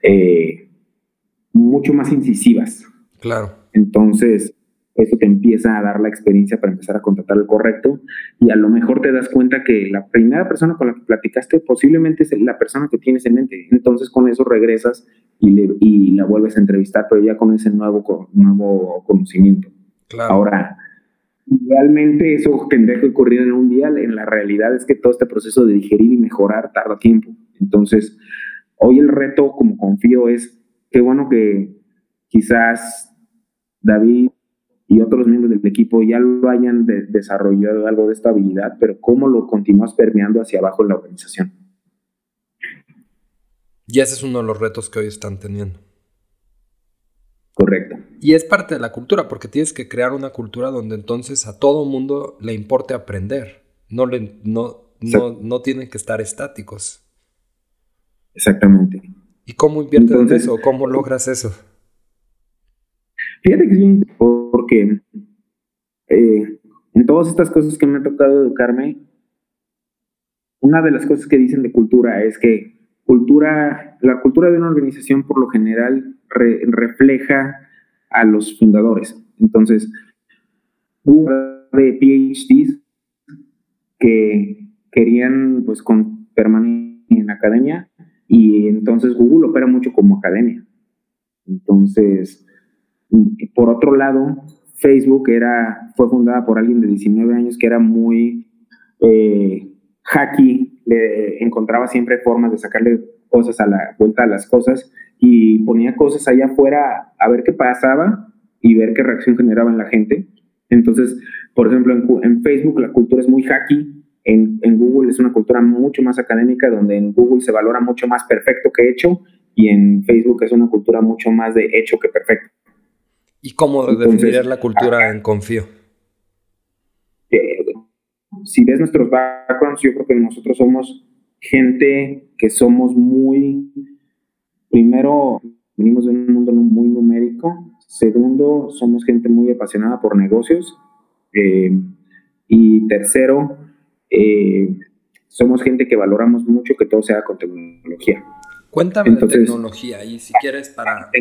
Speaker 2: incisivas.
Speaker 1: Claro.
Speaker 2: Entonces, eso te empieza a dar la experiencia para empezar a contratar el correcto y a lo mejor te das cuenta que la primera persona con la que platicaste posiblemente es la persona que tienes en mente. Entonces, con eso regresas y la vuelves a entrevistar, pero ya con ese nuevo conocimiento.
Speaker 1: Claro.
Speaker 2: Ahora, realmente eso tendría que ocurrir en un día. En la realidad es que todo este proceso de digerir y mejorar tarda tiempo. Entonces, hoy el reto, como confío, es qué bueno que quizás David y otros miembros del equipo ya lo hayan desarrollado algo de esta habilidad, pero cómo lo continúas permeando hacia abajo en la organización.
Speaker 1: Y ese es uno de los retos que hoy están teniendo.
Speaker 2: Correcto.
Speaker 1: Y es parte de la cultura, porque tienes que crear una cultura donde entonces a todo mundo le importe aprender. No tienen que estar estáticos.
Speaker 2: Exactamente.
Speaker 1: ¿Y cómo inviertes en eso? ¿Cómo logras eso?
Speaker 2: Fíjate que es bien porque en todas estas cosas que me ha tocado educarme, una de las cosas que dicen de cultura es que la cultura de una organización por lo general refleja a los fundadores. Entonces, hubo de PhDs que querían pues permanecer en academia y entonces Google opera mucho como academia. Entonces, por otro lado, Facebook fue fundada por alguien de 19 años que era muy hacky, le encontraba siempre formas de sacarle cosas a la vuelta a las cosas y ponía cosas allá afuera a ver qué pasaba y ver qué reacción generaba en la gente. Entonces, por ejemplo, en Facebook la cultura es muy hacky, en Google es una cultura mucho más académica, donde en Google se valora mucho más perfecto que hecho y en Facebook es una cultura mucho más de hecho que perfecto.
Speaker 1: ¿Y cómo definirías la cultura en Confío?
Speaker 2: Si ves nuestros backgrounds, yo creo que nosotros somos gente que somos primero, venimos de un mundo muy numérico. Segundo, somos gente muy apasionada por negocios. Y tercero, somos gente que valoramos mucho que todo sea con tecnología.
Speaker 1: Cuéntame de tecnología y si quieres para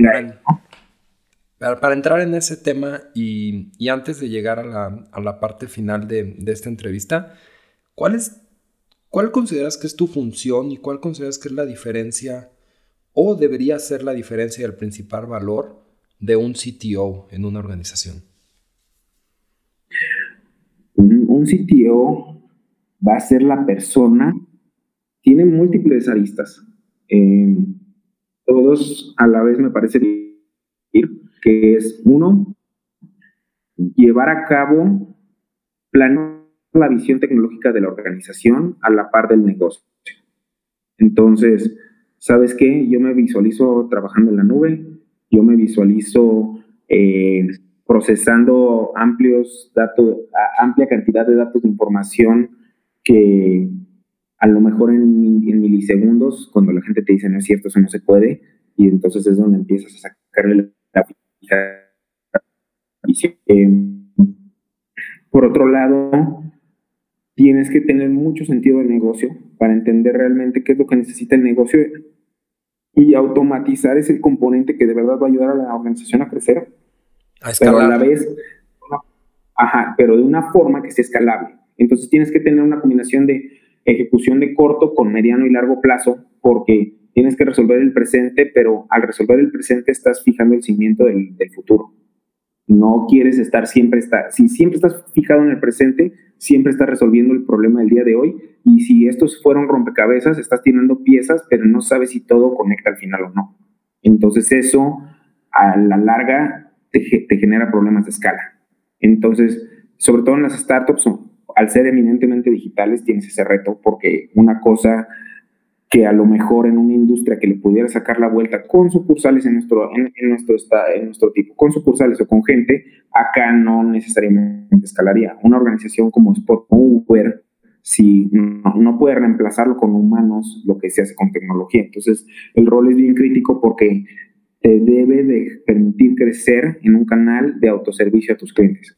Speaker 1: entrar en ese tema y antes de llegar a la parte final de esta entrevista, ¿cuál consideras que es tu función y cuál consideras que es la diferencia o debería ser la diferencia y el principal valor de un CTO en una organización?
Speaker 2: Un CTO va a ser la persona, tiene múltiples aristas. Todos a la vez me parece que es uno, llevar a cabo la visión tecnológica de la organización a la par del negocio. Entonces, ¿sabes qué? Yo me visualizo trabajando en la nube, yo me visualizo procesando amplia cantidad de datos de información que a lo mejor en milisegundos, cuando la gente te dice no es cierto, eso no se puede, y entonces es donde empiezas a sacarle la visión. Por otro lado, tienes que tener mucho sentido de negocio para entender realmente qué es lo que necesita el negocio, y automatizar es el componente que de verdad va a ayudar a la organización a crecer.
Speaker 1: A escalar.
Speaker 2: Pero a la vez, pero de una forma que sea escalable. Entonces tienes que tener una combinación de ejecución de corto con mediano y largo plazo, porque tienes que resolver el presente, pero al resolver el presente estás fijando el cimiento del futuro. No quieres si siempre estás fijado en el presente, siempre estás resolviendo el problema del día de hoy, y si estos fueron rompecabezas, estás tirando piezas, pero no sabes si todo conecta al final o no. Entonces eso, a la larga, te genera problemas de escala. Entonces, sobre todo en las startups, al ser eminentemente digitales, tienes ese reto, porque una cosa que a lo mejor en una industria que le pudiera sacar la vuelta con sucursales en nuestro tipo, con sucursales o con gente, acá no necesariamente escalaría. Una organización como Spot o Uber, si no puede reemplazarlo con humanos, lo que se hace con tecnología. Entonces, el rol es bien crítico porque te debe de permitir crecer en un canal de autoservicio a tus clientes.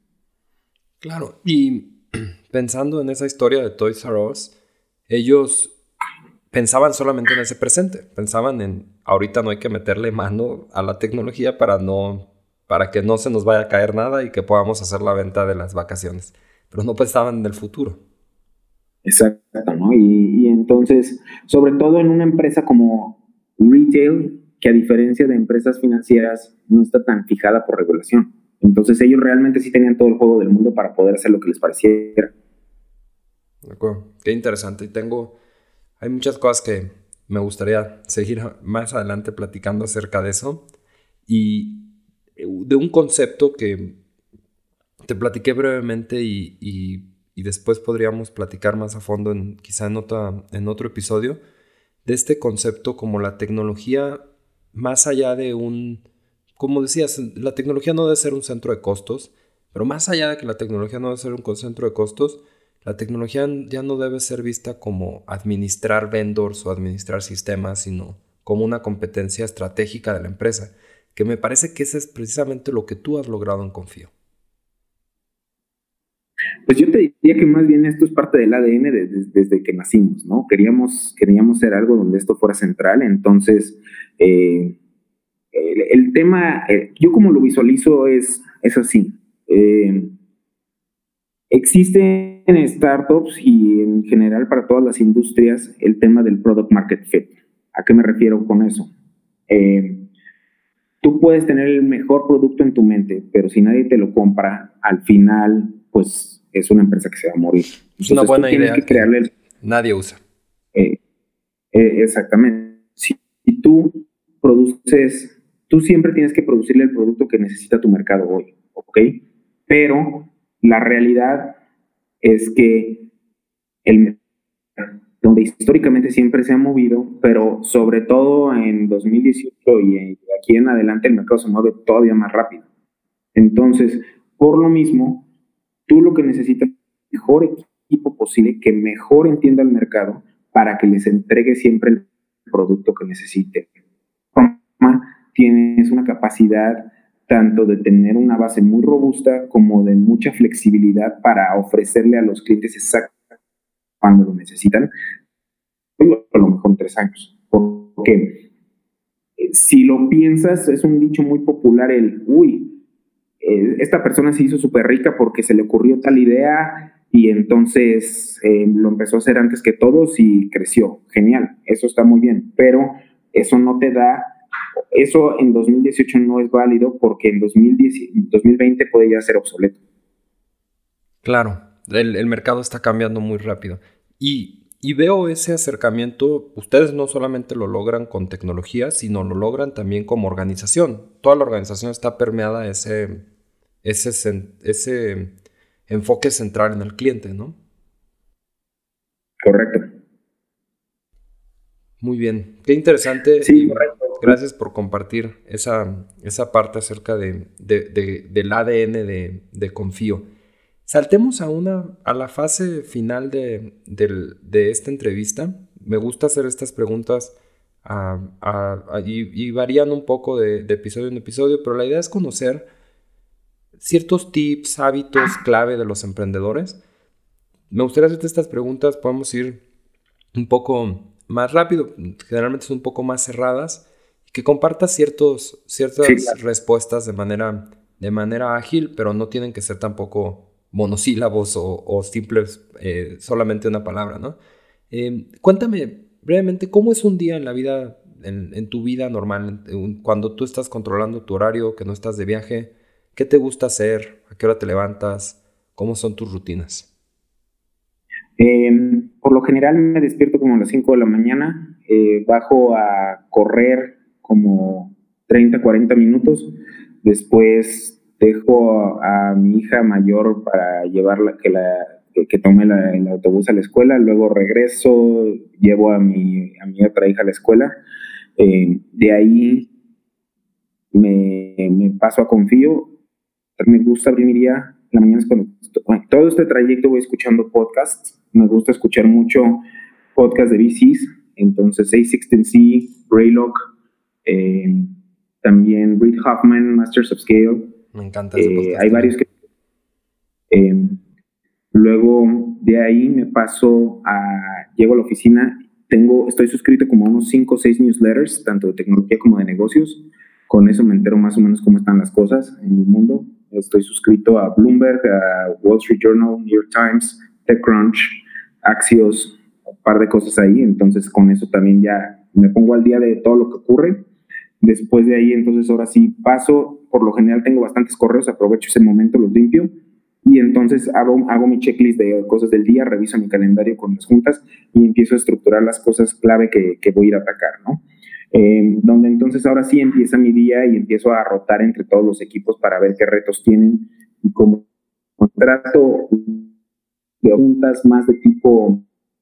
Speaker 1: Claro, y pensando en esa historia de Toys R Us, ellos pensaban solamente en ese presente. Pensaban en ahorita no hay que meterle mano a la tecnología para que no se nos vaya a caer nada y que podamos hacer la venta de las vacaciones. Pero no pensaban en el futuro.
Speaker 2: Exacto, ¿no? Y entonces, sobre todo en una empresa como retail, que a diferencia de empresas financieras no está tan fijada por regulación. Entonces ellos realmente sí tenían todo el juego del mundo para poder hacer lo que les pareciera.
Speaker 1: De acuerdo. Qué interesante. Hay muchas cosas que me gustaría seguir más adelante platicando acerca de eso. Y de un concepto que te platiqué brevemente y después podríamos platicar más a fondo quizá en otro episodio, de este concepto como la tecnología más allá de como decías, la tecnología no debe ser un centro de costos, pero más allá de que la tecnología no debe ser un centro de costos, la tecnología ya no debe ser vista como administrar vendors o administrar sistemas, sino como una competencia estratégica de la empresa, que me parece que eso es precisamente lo que tú has logrado en Confío.
Speaker 2: Pues yo te diría que más bien esto es parte del ADN desde que nacimos, ¿no? Queríamos ser algo donde esto fuera central. Entonces, el tema, yo como lo visualizo es así. Existe en startups y en general para todas las industrias el tema del product market fit. ¿A qué me refiero con eso? Tú puedes tener el mejor producto en tu mente, pero si nadie te lo compra, al final, pues es una empresa que se va a morir.
Speaker 1: Entonces, es una buena idea que nadie usa.
Speaker 2: Exactamente. Si tú produces, tú siempre tienes que producirle el producto que necesita tu mercado hoy, ¿ok? Pero la realidad es que donde históricamente siempre se ha movido, pero sobre todo en 2018 y aquí en adelante el mercado se mueve todavía más rápido. Entonces, por lo mismo, tú lo que necesitas es el mejor equipo posible que mejor entienda el mercado para que les entregue siempre el producto que necesite. Tienes una capacidad tanto de tener una base muy robusta como de mucha flexibilidad para ofrecerle a los clientes exactamente cuando lo necesitan, a lo mejor en 3 años. Porque si lo piensas, es un dicho muy popular esta persona se hizo súper rica porque se le ocurrió tal idea y entonces lo empezó a hacer antes que todos y creció. Genial, eso está muy bien, pero eso no te da, eso en 2018 no es válido porque en 2020 puede ya ser obsoleto.
Speaker 1: Claro, el mercado está cambiando muy rápido y veo ese acercamiento. Ustedes no solamente lo logran con tecnología, sino lo logran también como organización. Toda la organización está permeada a ese enfoque central en el cliente, ¿no?
Speaker 2: Correcto.
Speaker 1: Muy bien. Qué interesante.
Speaker 2: Sí, correcto.
Speaker 1: Gracias por compartir esa parte acerca del ADN de Confío. Saltemos a la fase final de esta entrevista. Me gusta hacer estas preguntas y varían un poco de episodio en episodio, pero la idea es conocer ciertos tips, hábitos clave de los emprendedores. Me gustaría hacerte estas preguntas, podemos ir un poco más rápido, generalmente son un poco más cerradas, y que compartas ciertas respuestas de manera ágil, pero no tienen que ser tampoco monosílabos o simples, solamente una palabra, ¿no? Cuéntame brevemente, ¿cómo es un día en la vida, en tu vida normal, cuando tú estás controlando tu horario, que no estás de viaje? ¿Qué te gusta hacer? ¿A qué hora te levantas? ¿Cómo son tus rutinas?
Speaker 2: Por lo general me despierto como a las 5 de la mañana, bajo a correr como 30, 40 minutos, después dejo a mi hija mayor para llevarla, que tome el autobús a la escuela, luego regreso, llevo a mi otra hija a la escuela, de ahí me paso a Confío. Me gusta abrir mi día, la mañana es cuando todo este trayecto voy escuchando podcasts. Me gusta escuchar mucho podcasts de VCs, entonces A16Z, Greylock, también Reid Hoffman, Masters of Scale.
Speaker 1: Me encanta ese podcast.
Speaker 2: Hay varios que... luego de ahí me paso llego a la oficina, estoy suscrito como a unos 5 o 6 newsletters, tanto de tecnología como de negocios. Con eso me entero más o menos cómo están las cosas en el mundo. Estoy suscrito a Bloomberg, a Wall Street Journal, New York Times, TechCrunch, Axios, un par de cosas ahí. Entonces con eso también ya me pongo al día de todo lo que ocurre. Después de ahí, entonces ahora sí paso. Por lo general tengo bastantes correos, aprovecho ese momento, los limpio. Y entonces hago mi checklist de cosas del día, reviso mi calendario con las juntas y empiezo a estructurar las cosas clave que voy a ir a atacar, ¿no? Donde entonces ahora sí empieza mi día y empiezo a rotar entre todos los equipos para ver qué retos tienen y cómo trato de juntas más de tipo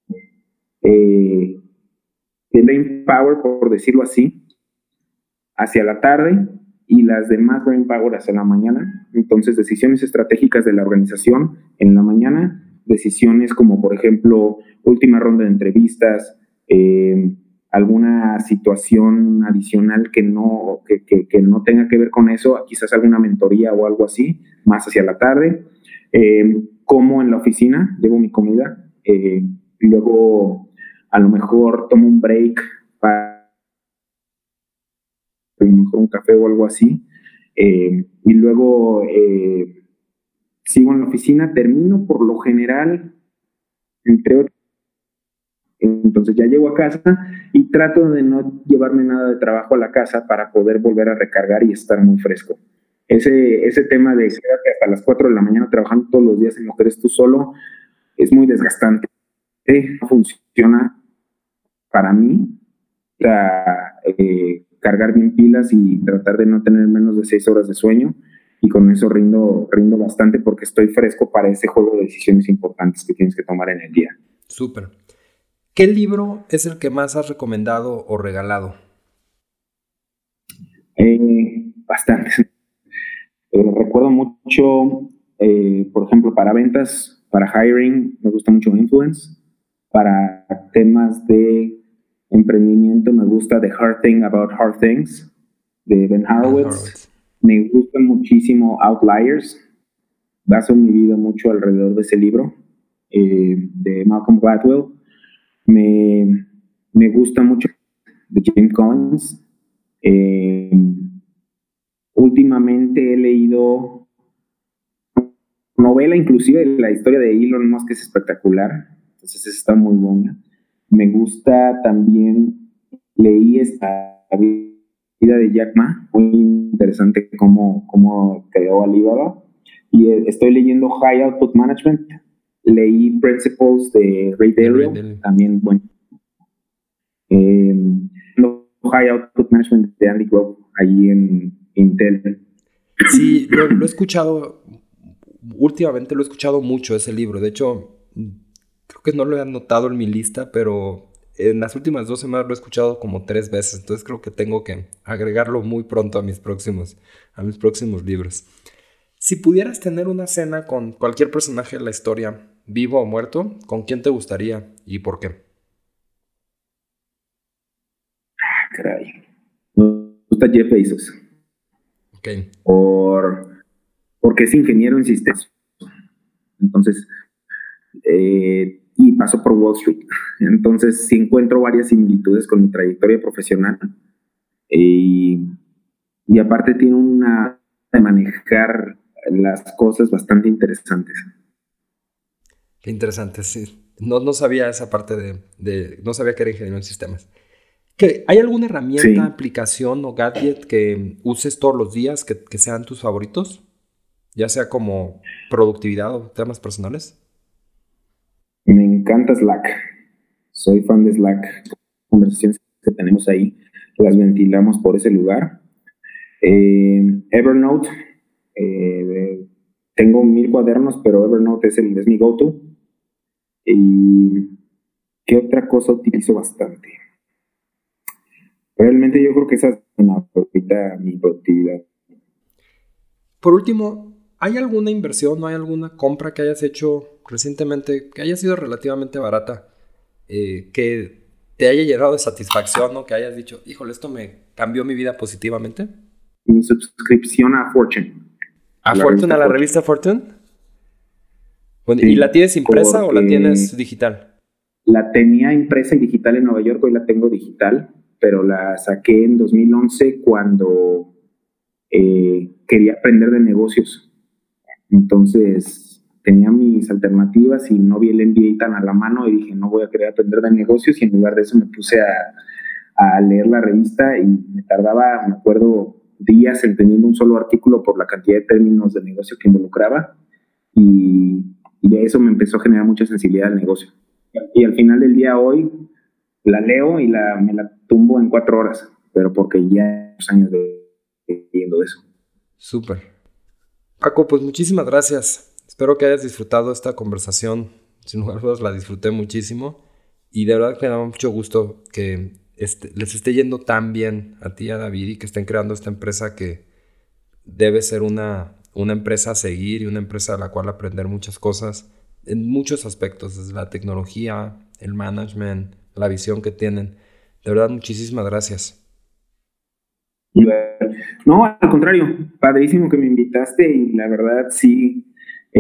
Speaker 2: de brain power, por decirlo así, hacia la tarde y las demás brain power hacia la mañana. Entonces decisiones estratégicas de la organización en la mañana, decisiones como por ejemplo última ronda de entrevistas, alguna situación adicional que no tenga que ver con eso, quizás alguna mentoría o algo así, más hacia la tarde. Como en la oficina, llevo mi comida, luego a lo mejor tomo un break para a lo mejor un café o algo así, y luego sigo en la oficina, termino por lo general entre 8. Entonces ya llego a casa y trato de no llevarme nada de trabajo a la casa para poder volver a recargar y estar muy fresco. Ese tema de quedarte hasta las 4 de la mañana trabajando todos los días en lo que eres tú solo es muy desgastante. No funciona para mí cargar bien pilas y tratar de no tener menos de 6 horas de sueño, y con eso rindo bastante porque estoy fresco para ese juego de decisiones importantes que tienes que tomar en el día.
Speaker 1: Súper. ¿Qué libro es el que más has recomendado o regalado?
Speaker 2: Bastantes. Recuerdo mucho, por ejemplo, para ventas, para hiring, me gusta mucho Influence. Para temas de emprendimiento, me gusta The Hard Thing About Hard Things, de Ben Horowitz. Me gusta muchísimo Outliers. Baso mi vida mucho alrededor de ese libro, de Malcolm Gladwell. Me gusta mucho de Jim Collins. Últimamente he leído novela, inclusive la historia de Elon Musk es espectacular, entonces esa está muy buena. Me gusta también, leí esta vida de Jack Ma, muy interesante cómo creó Alibaba, y estoy leyendo High Output Management. Leí Principles de Ray Dalio, también bueno. High Output Management de Andy Grove, allí en Intel.
Speaker 1: Sí, lo he escuchado, últimamente lo he escuchado mucho ese libro. De hecho, creo que no lo he anotado en mi lista, pero en las últimas 2 semanas lo he escuchado como 3 veces. Entonces creo que tengo que agregarlo muy pronto a mis próximos libros. Si pudieras tener una cena con cualquier personaje de la historia, vivo o muerto, ¿con quién te gustaría y por qué?
Speaker 2: Caray. Me gusta Jeff Bezos.
Speaker 1: Ok.
Speaker 2: Porque es ingeniero en sistemas. Entonces, y pasó por Wall Street. Entonces, sí encuentro varias similitudes con mi trayectoria profesional. Y aparte tiene una de manejar las cosas bastante interesantes.
Speaker 1: Qué interesante, sí. No sabía esa parte no sabía que era ingeniero en sistemas. ¿Hay alguna herramienta,
Speaker 2: Sí.
Speaker 1: aplicación o gadget que uses todos los días que sean tus favoritos? Ya sea como productividad o temas personales.
Speaker 2: Me encanta Slack. Soy fan de Slack. Conversaciones que tenemos ahí las ventilamos por ese lugar. Evernote. Tengo 1000 cuadernos, pero Evernote es mi go-to. ¿Y qué otra cosa utilizo bastante? Realmente yo creo que esa es ahorita mi productividad.
Speaker 1: Por último, ¿hay alguna inversión o hay alguna compra que hayas hecho recientemente que haya sido relativamente barata, que te haya llenado de satisfacción o que hayas dicho, híjole, esto me cambió mi vida positivamente?
Speaker 2: Mi suscripción a Fortune.
Speaker 1: ¿A Fortune, a la revista Fortune? Bueno,
Speaker 2: Sí,
Speaker 1: ¿y la tienes impresa o la tienes digital?
Speaker 2: La tenía impresa y digital en Nueva York, hoy la tengo digital, pero la saqué en 2011 cuando quería aprender de negocios. Entonces tenía mis alternativas y no vi el MBA tan a la mano y dije, no voy a querer aprender de negocios, y en lugar de eso me puse a leer la revista y me tardaba, me acuerdo, días entendiendo un solo artículo por la cantidad de términos de negocio que involucraba, y de eso me empezó a generar mucha sensibilidad al negocio. Y al final del día hoy la leo y me la tumbo en 4 horas, pero porque ya años viendo eso.
Speaker 1: Súper. Paco, pues muchísimas gracias. Espero que hayas disfrutado esta conversación. Sin lugar a dudas la disfruté muchísimo. Y de verdad que me da mucho gusto que les esté yendo tan bien a ti y a David y que estén creando esta empresa que debe ser una empresa a seguir y una empresa a la cual aprender muchas cosas en muchos aspectos, desde la tecnología, el management, la visión que tienen. De verdad, muchísimas gracias.
Speaker 2: No, al contrario, padrísimo que me invitaste y la verdad sí,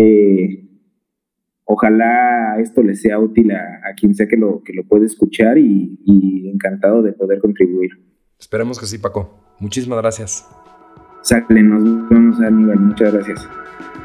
Speaker 2: ojalá esto le sea útil a quien sea que lo puede escuchar y encantado de poder contribuir.
Speaker 1: Esperemos que sí, Paco. Muchísimas gracias.
Speaker 2: Sale, nos vemos, Aníbal, muchas gracias.